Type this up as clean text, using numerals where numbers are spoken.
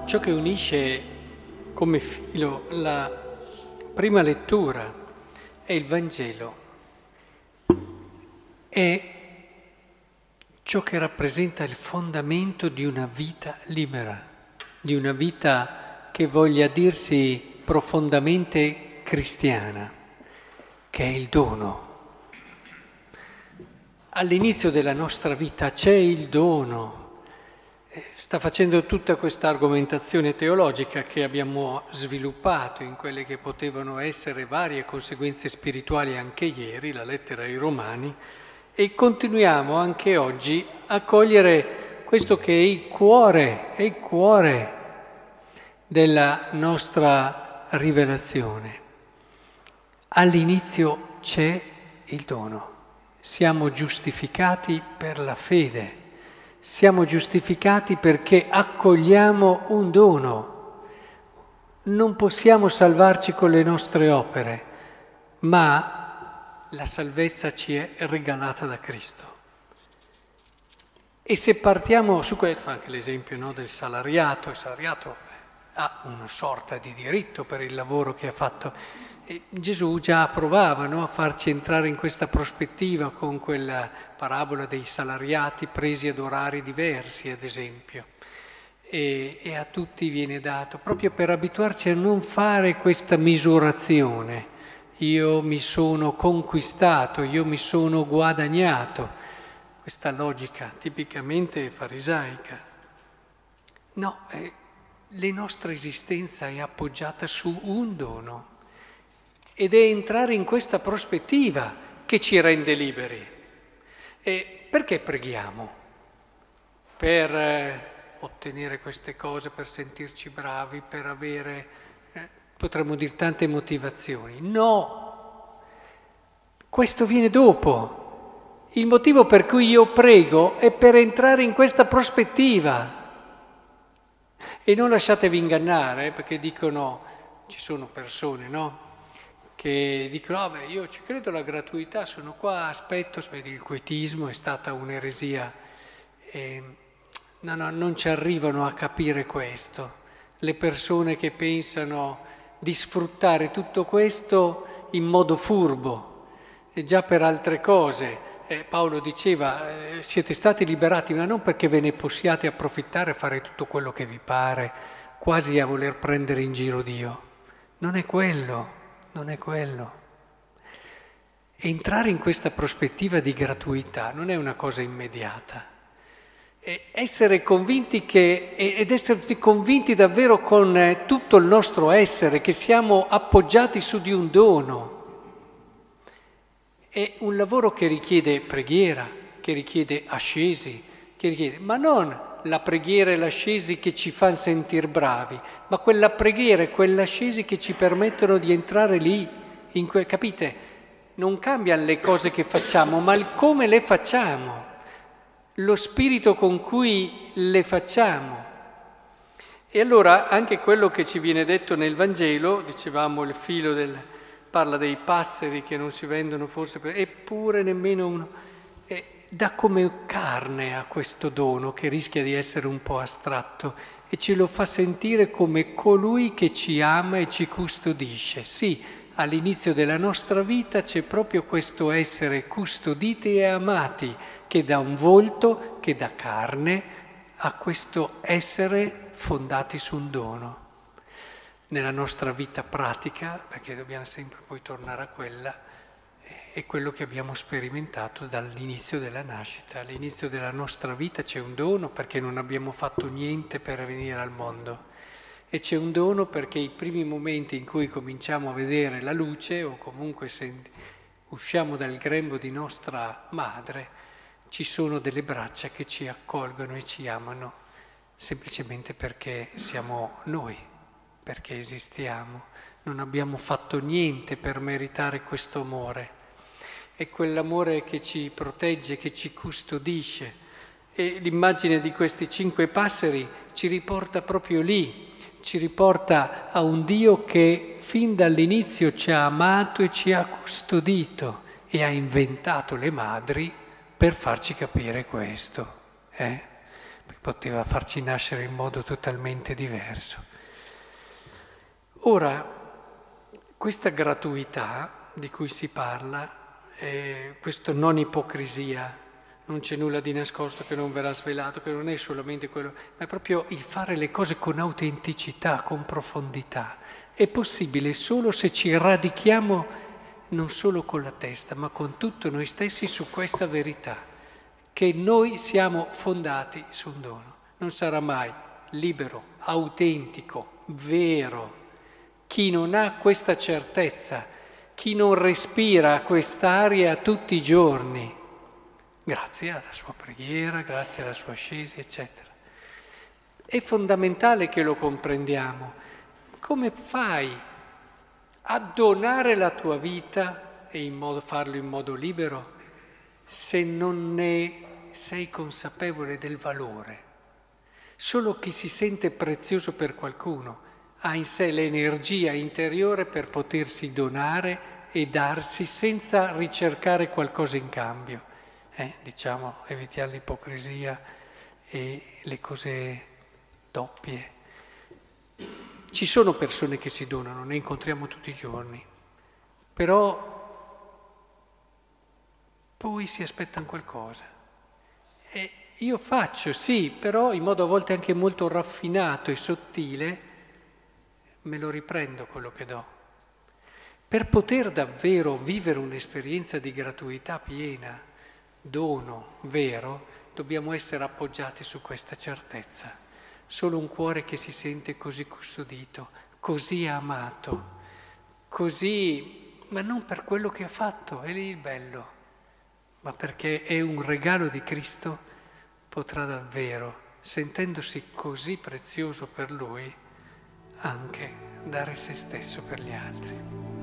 Ciò che unisce come filo la prima lettura è il Vangelo, è ciò che rappresenta il fondamento di una vita libera, di una vita che voglia dirsi profondamente cristiana, che è il dono. All'inizio della nostra vita c'è il dono. Sta facendo tutta questa argomentazione teologica che abbiamo sviluppato in quelle che potevano essere varie conseguenze spirituali anche ieri, la lettera ai Romani, e continuiamo anche oggi a cogliere questo che è il cuore della nostra rivelazione. All'inizio c'è il dono. Siamo giustificati per la fede. Siamo giustificati perché accogliamo un dono. Non possiamo salvarci con le nostre opere, ma la salvezza ci è regalata da Cristo. E se partiamo su questo, fa anche l'esempio, no, del salariato, il salariato ha una sorta di diritto per il lavoro che ha fatto. E Gesù già provava, no, a farci entrare in questa prospettiva con quella parabola dei salariati presi ad orari diversi, ad esempio. E a tutti viene dato, proprio per abituarci a non fare questa misurazione. Io mi sono conquistato, io mi sono guadagnato. Questa logica tipicamente farisaica. No, la nostra esistenza è appoggiata su un dono. Ed è entrare in questa prospettiva che ci rende liberi. E perché preghiamo? Per ottenere queste cose, per sentirci bravi, per avere, potremmo dire, tante motivazioni. No, questo viene dopo. Il motivo per cui io prego è per entrare in questa prospettiva. E non lasciatevi ingannare, perché dicono, ci sono persone, no? Che dicono, beh, io ci credo alla gratuità, sono qua, aspetto, il quietismo è stata un'eresia. No, non ci arrivano a capire questo. Le persone che pensano di sfruttare tutto questo in modo furbo, e già per altre cose. Paolo diceva, siete stati liberati, ma non perché ve ne possiate approfittare e fare tutto quello che vi pare, quasi a voler prendere in giro Dio. Non è quello. Non è quello. Entrare in questa prospettiva di gratuità non è una cosa immediata. Essere convinti ed esserci convinti davvero con tutto il nostro essere, che siamo appoggiati su di un dono. È un lavoro che richiede preghiera, che richiede ascesi, ma non la preghiera e l'ascesi che ci fanno sentire bravi, ma quella preghiera e quell'ascesi che ci permettono di entrare lì, capite? Non cambiano le cose che facciamo, ma il come le facciamo, lo spirito con cui le facciamo. E allora anche quello che ci viene detto nel Vangelo, dicevamo il filo parla dei passeri che non si vendono forse, eppure nemmeno uno. Dà come carne a questo dono che rischia di essere un po' astratto e ce lo fa sentire come colui che ci ama e ci custodisce. Sì, all'inizio della nostra vita c'è proprio questo essere custoditi e amati che dà un volto, che dà carne a questo essere fondati su un dono. Nella nostra vita pratica, perché dobbiamo sempre poi tornare a quella, è quello che abbiamo sperimentato dall'inizio della nascita. All'inizio della nostra vita c'è un dono perché non abbiamo fatto niente per venire al mondo e c'è un dono perché i primi momenti in cui cominciamo a vedere la luce o comunque usciamo dal grembo di nostra madre, ci sono delle braccia che ci accolgono e ci amano semplicemente perché siamo noi, perché esistiamo. Non abbiamo fatto niente per meritare questo amore. È quell'amore che ci protegge, che ci custodisce. E l'immagine di questi 5 passeri ci riporta proprio lì, ci riporta a un Dio che fin dall'inizio ci ha amato e ci ha custodito e ha inventato le madri per farci capire questo. poteva farci nascere in modo totalmente diverso. Ora, questa gratuità di cui si parla, questo non ipocrisia, non c'è nulla di nascosto che non verrà svelato, che non è solamente quello, ma è proprio il fare le cose con autenticità, con profondità. È possibile solo se ci radichiamo non solo con la testa, ma con tutto noi stessi su questa verità, che noi siamo fondati su un dono. Non sarà mai libero, autentico, vero, chi non ha questa certezza, chi non respira quest'aria tutti i giorni, grazie alla sua preghiera, grazie alla sua ascesi, eccetera. È fondamentale che lo comprendiamo. Come fai a donare la tua vita e farlo in modo libero se non ne sei consapevole del valore? Solo chi si sente prezioso per qualcuno ha in sé l'energia interiore per potersi donare e darsi senza ricercare qualcosa in cambio. Diciamo, evitiamo l'ipocrisia e le cose doppie. Ci sono persone che si donano, ne incontriamo tutti i giorni, però poi si aspettano qualcosa. E io faccio, sì, però in modo a volte anche molto raffinato e sottile, me lo riprendo quello che do. Per poter davvero vivere un'esperienza di gratuità piena, dono vero, dobbiamo essere appoggiati su questa certezza. Solo un cuore che si sente così custodito, così amato, così, ma non per quello che ha fatto, è lì il bello, ma perché è un regalo di Cristo, potrà davvero, sentendosi così prezioso per Lui, anche dare se stesso per gli altri.